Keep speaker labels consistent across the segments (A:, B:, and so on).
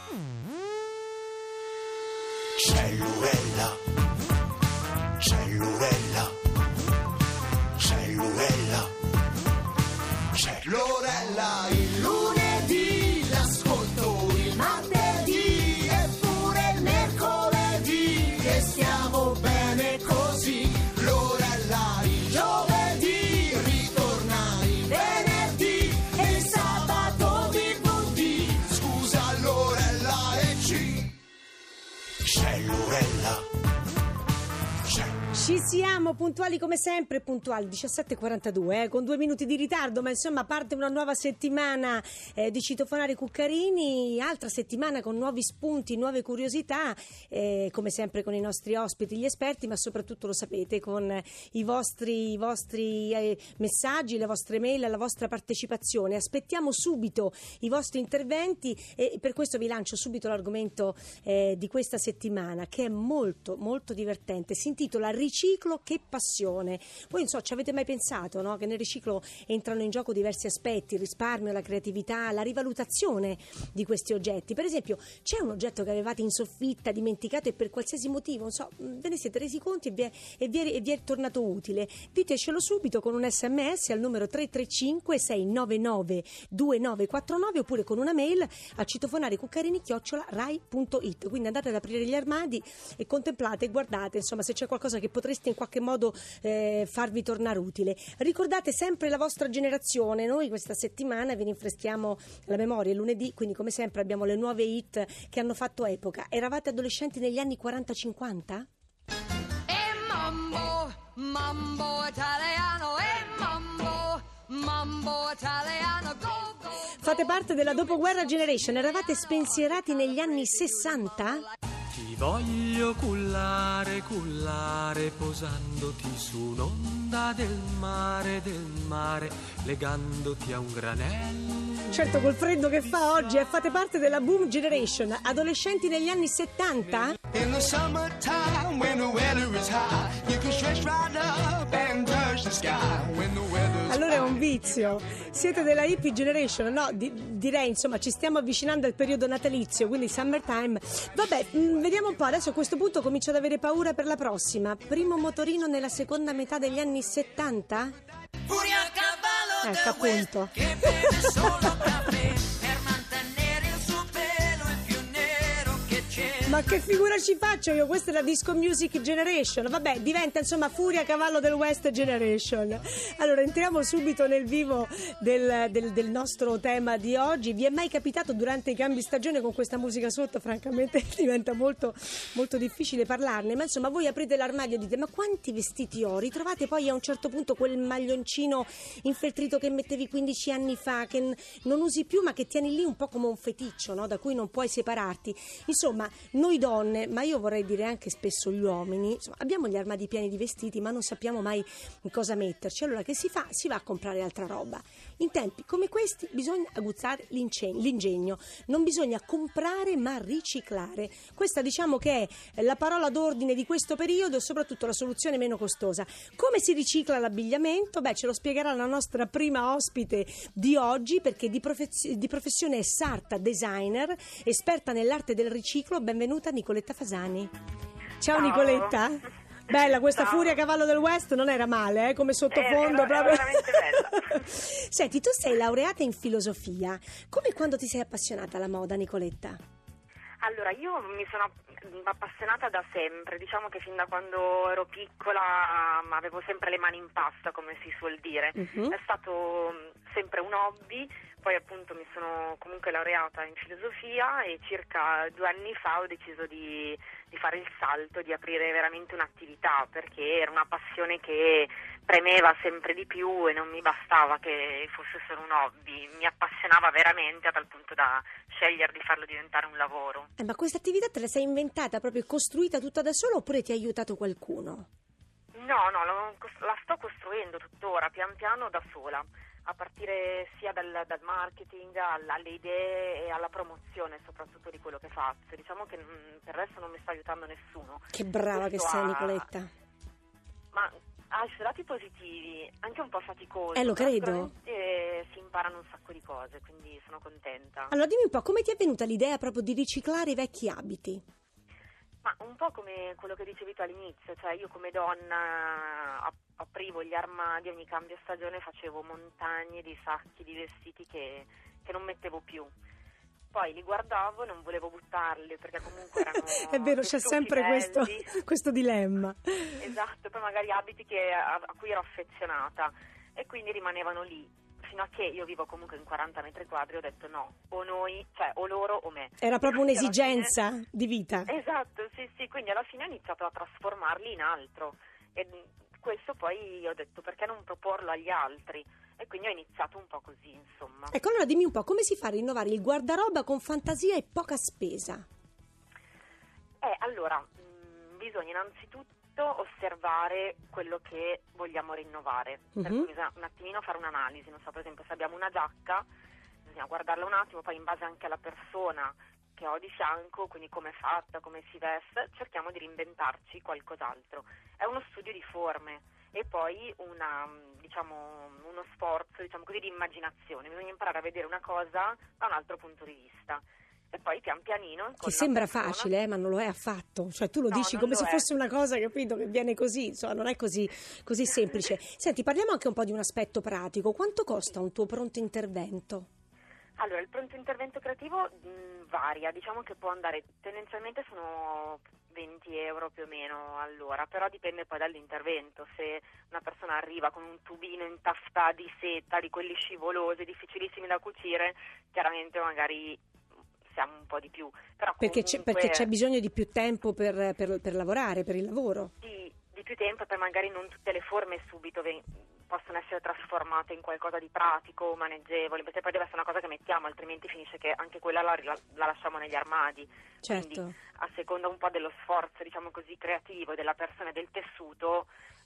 A: Cellulella, cellulella, cellulella, cellulella, il lunedì l'ascolto, il martedì e pure il mercoledì, e stiamo bene così. Lorella, il giovedì ritorna il venerdì e il sabato DVD. Scusa Lorella e Cellurella.
B: Ci siamo puntuali come sempre, puntuali 17:42, con 2 minuti di ritardo, ma insomma parte una nuova settimana di Citofonare Cuccarini, altra settimana con nuovi spunti, nuove curiosità, come sempre con i nostri ospiti, gli esperti, ma soprattutto lo sapete con i vostri messaggi, le vostre mail, la vostra partecipazione. Aspettiamo subito i vostri interventi e per questo vi lancio subito l'argomento di questa settimana, che è molto molto divertente. Si intitola Riciclo che passione. Voi non so, ci avete mai pensato, no? Che nel riciclo entrano in gioco diversi aspetti: il risparmio, la creatività, la rivalutazione di questi oggetti. Per esempio, c'è un oggetto che avevate in soffitta, dimenticato, e per qualsiasi motivo, non so, ve ne siete resi conto e vi è tornato utile? Ditecelo subito con un SMS al numero 335 699 2949 oppure con una mail a citofonarecuccarini@rai.it. Quindi andate ad aprire gli armadi e contemplate e guardate, insomma, se c'è qualcosa che potreste in qualche modo farvi tornare utile. Ricordate sempre la vostra generazione. Noi questa settimana vi rinfreschiamo la memoria, lunedì, quindi come sempre abbiamo le nuove hit che hanno fatto epoca. Eravate adolescenti negli anni 40-50?
C: Mambo italiano, mambo italiano, go, go.
B: Fate parte della dopoguerra generation. Eravate spensierati negli anni 60?
D: Ti voglio cullare, posandoti su un'onda del mare, legandoti a un granello.
B: Certo, col freddo che fa oggi, fate parte della boom generation. Adolescenti negli anni 70?
A: In the summertime when the weather is high, you can stretch right up and touch the sky when the weather's
B: Allora è un vizio. Siete della hippie generation? No, direi, insomma, ci stiamo avvicinando al periodo natalizio, quindi summertime. Vabbè, vediamo un po'. Adesso a questo punto comincio ad avere paura per la prossima. Primo motorino nella seconda metà degli anni 70?
C: Furia a cavallo del
B: appunto.
C: West, che beve solo caffè per mantenere il suo pelo il più nero che c'è.
B: Ma che figura ci faccio io? Questa è la disco music generation. Vabbè, diventa insomma Furia a cavallo del West generation. Allora entriamo subito nel vivo del nostro tema di oggi. Vi è mai capitato durante i cambi stagione con questa musica sotto? Francamente diventa molto, molto difficile parlarne. Ma insomma voi aprite l'armadio e dite: ma quanti vestiti ho? Ritrovate poi a un certo punto quel maglioncino infeltrito che mettevi 15 anni fa, che non usi più ma che tieni lì un po' come un feticcio, no? Da cui non puoi separarti. Insomma, noi donne, ma io vorrei dire anche spesso gli uomini, insomma, abbiamo gli armadi pieni di vestiti ma non sappiamo mai cosa metterci. Allora che si fa? Si va a comprare altra roba. In tempi come questi bisogna aguzzare l'ingegno, non bisogna comprare ma riciclare. Questa diciamo che è la parola d'ordine di questo periodo e soprattutto la soluzione meno costosa. Come si ricicla l'abbigliamento? Beh, ce lo spiegherà la nostra prima ospite di oggi, perché di professione è sarta designer, esperta nell'arte del riciclo. Benvenuta Nicoletta Fasani. Ciao Nicoletta. Bella questa
E: Ciao.
B: Furia a cavallo del West, non era male, come sottofondo.
E: Era
B: proprio.
E: veramente bella.
B: Senti, tu sei laureata in filosofia. Come quando ti sei appassionata alla moda, Nicoletta?
E: Allora, io mi sono appassionata da sempre, diciamo che fin da quando ero piccola avevo sempre le mani in pasta, come si suol dire. È stato sempre un hobby, poi appunto mi sono comunque laureata in filosofia e circa 2 anni fa ho deciso di fare il salto, di aprire veramente un'attività, perché era una passione che premeva sempre di più e non mi bastava che fosse solo un hobby, mi appassionava veramente a tal punto da scegliere di farlo diventare un lavoro.
B: Ma questa attività te la sei inventata, proprio costruita tutta da sola, oppure ti ha aiutato qualcuno?
E: No, la sto costruendo tuttora, pian piano da sola, a partire sia dal marketing alle idee e alla promozione soprattutto di quello che faccio. Diciamo che per adesso non mi sta aiutando nessuno.
B: Che brava che sei, Nicoletta.
E: Ma Ci sono lati positivi, anche un po' faticosi.
B: Lo credo.
E: Sicuramente si imparano un sacco di cose, quindi sono contenta.
B: Allora dimmi un po', come ti è venuta l'idea proprio di riciclare i vecchi abiti?
E: Ma un po' come quello che dicevi tu all'inizio, cioè io come donna aprivo gli armadi, ogni cambio stagione facevo montagne di sacchi di vestiti che non mettevo più. Poi li guardavo e non volevo buttarli perché comunque erano
B: È vero, c'è sempre questo dilemma.
E: Esatto, poi magari abiti a cui ero affezionata e quindi rimanevano lì. Fino a che io vivo comunque in 40 metri quadri, ho detto no, o noi, cioè o loro o me.
B: Era proprio un'esigenza di vita.
E: Esatto, sì, quindi alla fine ho iniziato a trasformarli in altro e questo poi ho detto perché non proporlo agli altri e quindi ho iniziato un po' così, insomma.
B: Ecco, allora dimmi un po', come si fa a rinnovare il guardaroba con fantasia e poca spesa?
E: Allora, bisogna innanzitutto osservare quello che vogliamo rinnovare, per cui bisogna un attimino fare un'analisi, non so, per esempio se abbiamo una giacca bisogna guardarla un attimo, poi in base anche alla persona che ho di fianco, quindi come è fatta, come si veste, cerchiamo di reinventarci qualcos'altro. È uno studio di forme e poi uno sforzo, diciamo così, di immaginazione. Bisogna imparare a vedere una cosa da un altro punto di vista. E poi pian pianino...
B: Che sembra facile, ma non lo è affatto. Cioè tu lo dici come se fosse una cosa, capito, che viene così, insomma, non è così semplice. Senti, parliamo anche un po' di un aspetto pratico. Quanto costa un tuo pronto intervento?
E: Allora, il pronto intervento creativo varia, diciamo che può andare, tendenzialmente sono 20 euro più o meno all'ora, però dipende poi dall'intervento. Se una persona arriva con un tubino in taffetà di seta, di quelli scivolosi, difficilissimi da cucire, chiaramente magari siamo un po' di più. Però
B: perché c'è bisogno di più tempo per lavorare, per il lavoro.
E: Di più tempo, e poi magari non tutte le forme subito possono essere trasformate in qualcosa di pratico, maneggevole, perché poi deve essere una cosa che mettiamo, altrimenti finisce che anche quella la lasciamo negli armadi.
B: Certo.
E: Quindi a seconda un po' dello sforzo, diciamo così, creativo della persona e del tessuto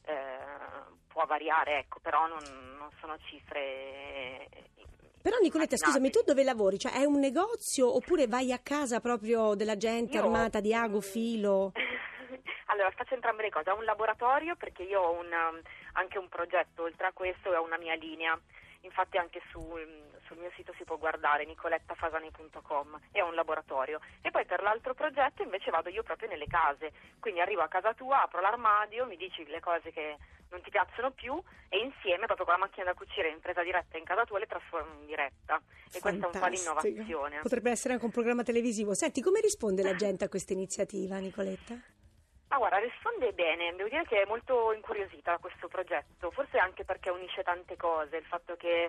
E: può variare, ecco, però non sono cifre.
B: Però Nicoletta, scusami, tu dove lavori? Cioè è un negozio oppure vai a casa proprio della gente armata di ago, filo?
E: Allora, faccio entrambe le cose. Ho un laboratorio perché io ho anche un progetto, oltre a questo ho una mia linea. Infatti anche sul mio sito si può guardare nicolettafasani.com, e ho un laboratorio. E poi per l'altro progetto invece vado io proprio nelle case, quindi arrivo a casa tua, apro l'armadio, mi dici le cose che non ti piacciono più e insieme proprio con la macchina da cucire in presa diretta in casa tua le trasformo in diretta. E questa è un po' l'innovazione.
B: Potrebbe essere anche un programma televisivo. Senti, come risponde la gente a questa iniziativa, Nicoletta?
E: Ma guarda, risponde bene, devo dire che è molto incuriosita da questo progetto, forse anche perché unisce tante cose, il fatto che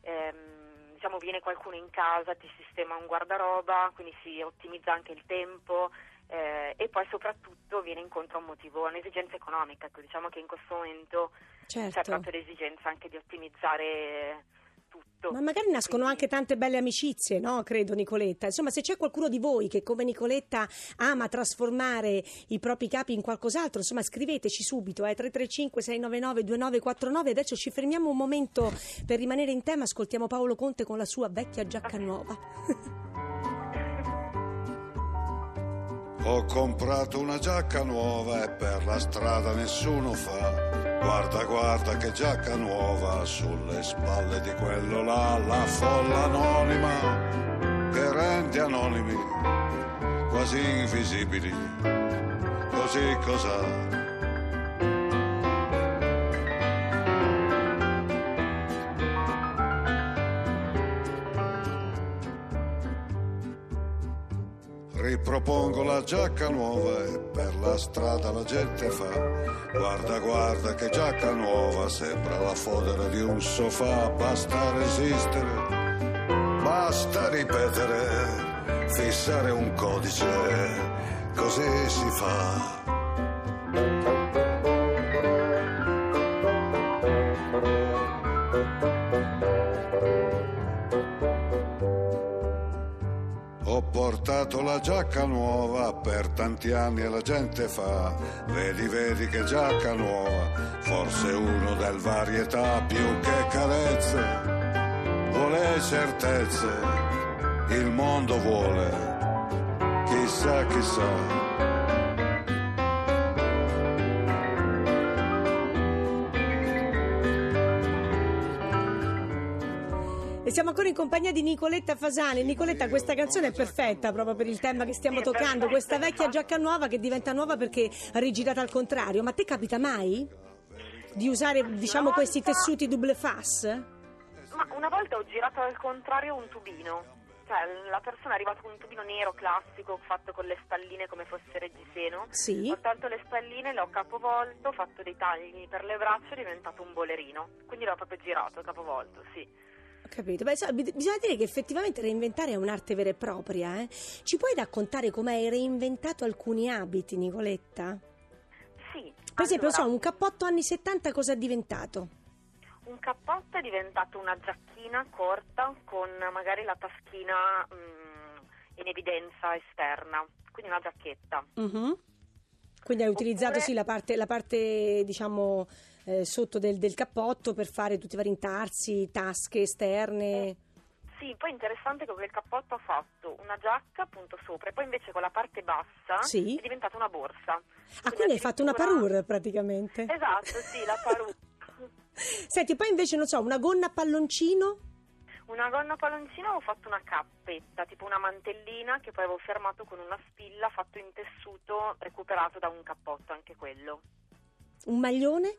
E: viene qualcuno in casa, ti sistema un guardaroba, quindi si ottimizza anche il tempo e poi soprattutto viene incontro a un motivo, a un'esigenza economica, ecco, diciamo che in questo momento c'è proprio l'esigenza anche di ottimizzare tutto.
B: Ma magari nascono anche tante belle amicizie, no? Credo, Nicoletta. Insomma, se c'è qualcuno di voi che come Nicoletta ama trasformare i propri capi in qualcos'altro, insomma, scriveteci subito, 335 699 2949. Adesso ci fermiamo un momento per rimanere in tema, ascoltiamo Paolo Conte con la sua Vecchia giacca nuova.
F: Ho comprato una giacca nuova e per la strada nessuno fa. Guarda, guarda che giacca nuova sulle spalle di quello là, la folla anonima che rende anonimi, quasi invisibili, così cos'ha? Ripropongo la giacca nuova e per la strada la gente fa. Guarda, guarda che giacca nuova, sembra la fodera di un sofà. Basta resistere, basta ripetere, fissare un codice, così si fa. Ho portato la giacca nuova per tanti anni e la gente fa. Vedi, vedi che giacca nuova, forse uno del varietà, più che carezze, vuole certezze, il mondo vuole, chissà, chissà.
B: siamo ancora in compagnia di Nicoletta Fasani. Nicoletta, questa canzone è perfetta proprio per il tema che stiamo toccando, questa vecchia giacca nuova che diventa nuova perché rigirata al contrario. Ma a te capita mai di usare, diciamo, questi tessuti double face?
E: Ma una volta ho girato al contrario un tubino. Cioè, la persona è arrivata con un tubino nero classico fatto con le spalline come fosse reggiseno.
B: Sì.
E: Ho tolto le spalline, l'ho capovolto, ho fatto dei tagli per le braccia, è diventato un bolerino. Quindi l'ho proprio girato, capovolto, sì.
B: Ho capito. Beh, bisogna dire che effettivamente reinventare è un'arte vera e propria. Ci puoi raccontare come hai reinventato alcuni abiti, Nicoletta?
E: Sì.
B: Per esempio,
E: allora,
B: un cappotto anni 70 cosa è diventato?
E: un cappotto è diventato una giacchina corta con magari la taschina in evidenza esterna, quindi una giacchetta.
B: Uh-huh. Quindi hai utilizzato sì la parte diciamo sotto del cappotto per fare tutti i vari intarsi, tasche esterne.
E: Sì, poi è interessante che con il cappotto ho fatto una giacca appunto sopra e poi invece con la parte bassa
B: Sì.
E: è diventata una borsa.
B: Quindi hai fatto una parure praticamente.
E: Esatto, sì, la parure.
B: Senti, poi invece non so, una gonna a palloncino?
E: Una gonna palloncino ho fatto una cappetta, tipo una mantellina che poi avevo fermato con una spilla fatto in tessuto recuperato da un cappotto, anche quello.
B: Un maglione?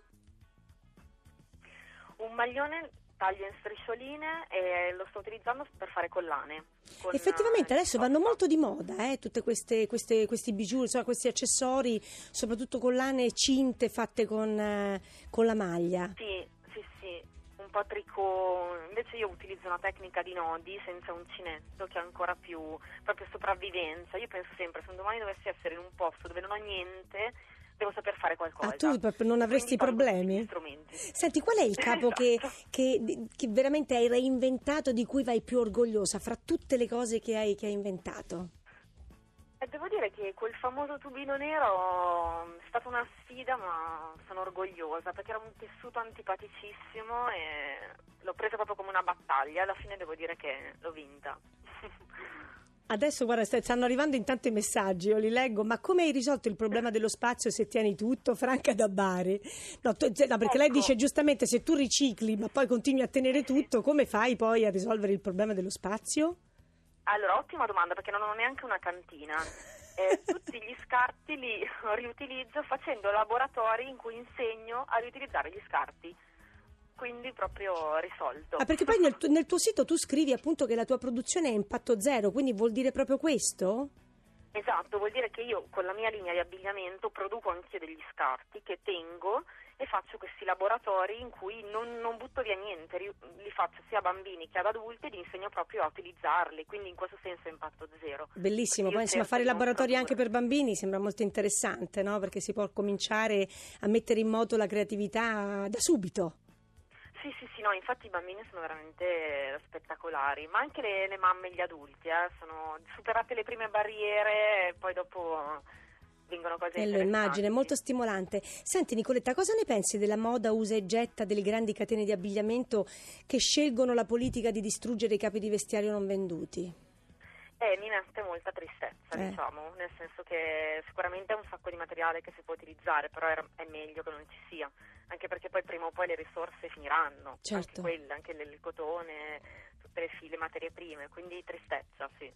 E: Un maglione taglio in striscioline e lo sto utilizzando per fare collane.
B: Effettivamente adesso vanno molto di moda, tutte questi bijou, insomma, questi accessori, soprattutto collane cinte fatte con la maglia.
E: Sì, un po' tricot. Invece io utilizzo una tecnica di nodi senza uncinetto che è ancora più proprio sopravvivenza. Io penso sempre, se un domani dovessi essere in un posto dove non ho niente, devo saper fare qualcosa.
B: Tu non avresti problemi? Senti, qual è il capo
E: Esatto.
B: che veramente hai reinventato, di cui vai più orgogliosa fra tutte le cose che hai inventato?
E: Devo dire che quel famoso tubino nero è stata una sfida, ma sono orgogliosa perché era un tessuto antipaticissimo e l'ho preso proprio come una battaglia. Alla fine devo dire che l'ho vinta.
B: Adesso guarda, stanno arrivando intanto i messaggi, io li leggo. Ma come hai risolto il problema dello spazio se tieni tutto? Franca da Bari. No, perché lei dice giustamente, se tu ricicli ma poi continui a tenere tutto, come fai poi a risolvere il problema dello spazio?
E: Allora, ottima domanda, perché non ho neanche una cantina. Tutti gli scarti li riutilizzo facendo laboratori in cui insegno a riutilizzare gli scarti. Quindi proprio risolto.
B: Perché poi nel tuo sito tu scrivi appunto che la tua produzione è impatto zero, quindi vuol dire proprio questo?
E: Esatto, vuol dire che io con la mia linea di abbigliamento produco anch'io degli scarti che tengo e faccio questi laboratori in cui non butto via niente, li faccio sia a bambini che ad adulti ed insegno proprio a utilizzarli, quindi in questo senso è impatto zero.
B: Bellissimo, poi insomma fare laboratori anche per bambini sembra molto interessante, no? Perché si può cominciare a mettere in moto la creatività da subito.
E: Sì, no, infatti i bambini sono veramente spettacolari, ma anche le mamme e gli adulti, sono superate le prime barriere e poi dopo vengono cose interessanti.
B: Lo immagino, è molto stimolante. Senti Nicoletta, cosa ne pensi della moda usa e getta delle grandi catene di abbigliamento che scelgono la politica di distruggere i capi di vestiario non venduti?
E: Mi mette molta tristezza, diciamo, nel senso che sicuramente è un sacco di materiale che si può utilizzare, però è meglio che non ci sia, anche perché poi prima o poi le risorse finiranno,
B: certo.
E: Anche quelle, anche il cotone, tutte le materie prime, quindi tristezza, sì.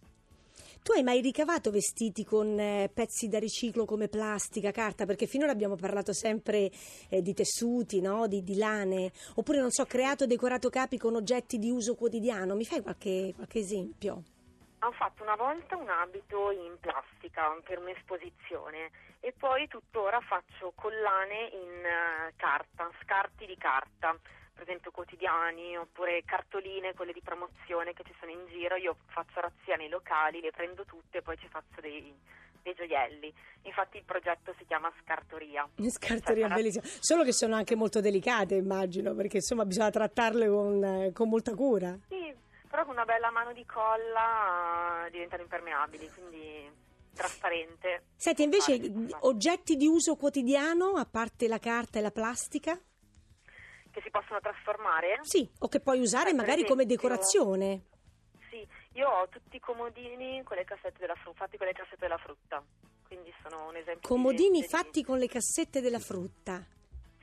B: Tu hai mai ricavato vestiti con pezzi da riciclo come plastica, carta? Perché finora abbiamo parlato sempre di tessuti, no? Di lane, oppure non so, creato e decorato capi con oggetti di uso quotidiano. Mi fai qualche esempio?
E: Ho fatto una volta un abito in plastica per un'esposizione e poi tuttora faccio collane in carta, scarti di carta, per esempio quotidiani oppure cartoline, quelle di promozione che ci sono in giro. Io faccio razzia nei locali, le prendo tutte e poi ci faccio dei gioielli. Infatti il progetto si chiama Scartoria.
B: Scartoria, bellissima. Solo che sono anche molto delicate, immagino, perché insomma bisogna trattarle con molta cura.
E: Sì, però con una bella mano di colla diventano impermeabili, quindi trasparente.
B: Senti, invece oggetti di uso quotidiano, a parte la carta e la plastica?
E: Che si possono trasformare?
B: Sì, o che puoi usare magari come decorazione.
E: Sì, io ho tutti i comodini con le cassette fatti con le cassette della frutta, quindi sono un esempio.
B: Comodini fatti con le cassette della frutta.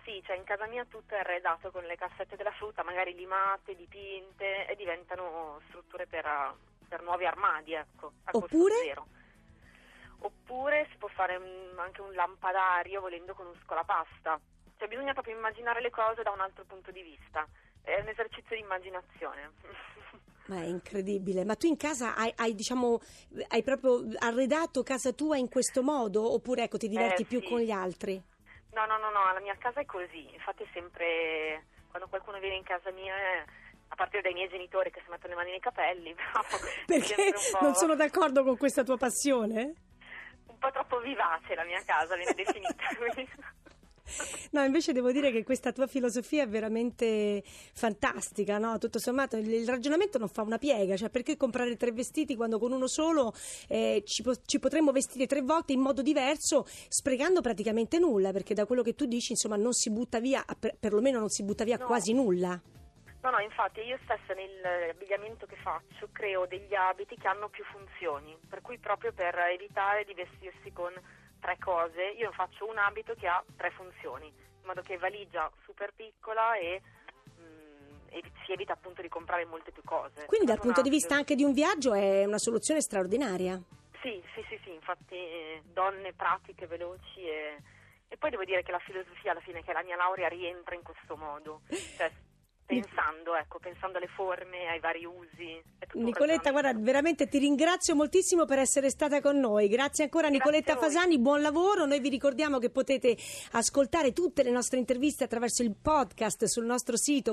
E: Sì, cioè in casa mia tutto è arredato con le cassette della frutta, magari limate, dipinte, e diventano strutture per nuovi armadi, ecco, a costo
B: Oppure?
E: zero. Oppure si può fare anche un lampadario volendo con un scolapasta. Cioè bisogna proprio immaginare le cose da un altro punto di vista. È un esercizio di immaginazione.
B: Ma è incredibile. Ma tu in casa hai proprio arredato casa tua in questo modo? Oppure ecco, ti diverti più
E: sì.
B: con gli altri?
E: No, la mia casa è così. Infatti sempre quando qualcuno viene in casa mia, a partire dai miei genitori che si mettono le mani nei capelli, però
B: Perché
E: sempre un po',
B: non sono d'accordo con questa tua passione?
E: un po' troppo vivace la mia casa, viene definita.
B: No, invece devo dire che questa tua filosofia è veramente fantastica, no? Tutto sommato il ragionamento non fa una piega, cioè perché comprare 3 vestiti quando con uno solo ci potremmo vestire 3 volte in modo diverso, sprecando praticamente nulla, perché da quello che tu dici, insomma, non si butta via, perlomeno non si butta via
E: No.
B: quasi nulla.
E: No, infatti io stessa nell'abbigliamento che faccio creo degli abiti che hanno più funzioni, per cui proprio per evitare di vestirsi con 3 cose, io faccio un abito che ha 3 funzioni, in modo che valigia super piccola e si evita appunto di comprare molte più cose.
B: Quindi dal
E: Proprio
B: punto di
E: una
B: vista anche di un viaggio è una soluzione straordinaria.
E: Sì, infatti donne pratiche, veloci e poi devo dire che la filosofia alla fine, che è la mia laurea, rientra in questo modo, cioè pensando alle forme, ai vari usi. È tutto un
B: Nicoletta, guarda,
E: ragionamento.
B: veramente ti ringrazio moltissimo per essere stata con noi. Grazie ancora
E: Grazie
B: Nicoletta
E: a voi.
B: Fasani, buon lavoro. Noi vi ricordiamo che potete ascoltare tutte le nostre interviste attraverso il podcast sul nostro sito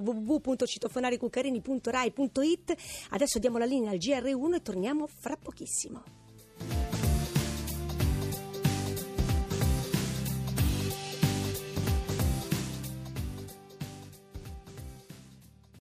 B: www.citofonaricuccarini.rai.it. Adesso diamo la linea al GR1 e torniamo fra pochissimo.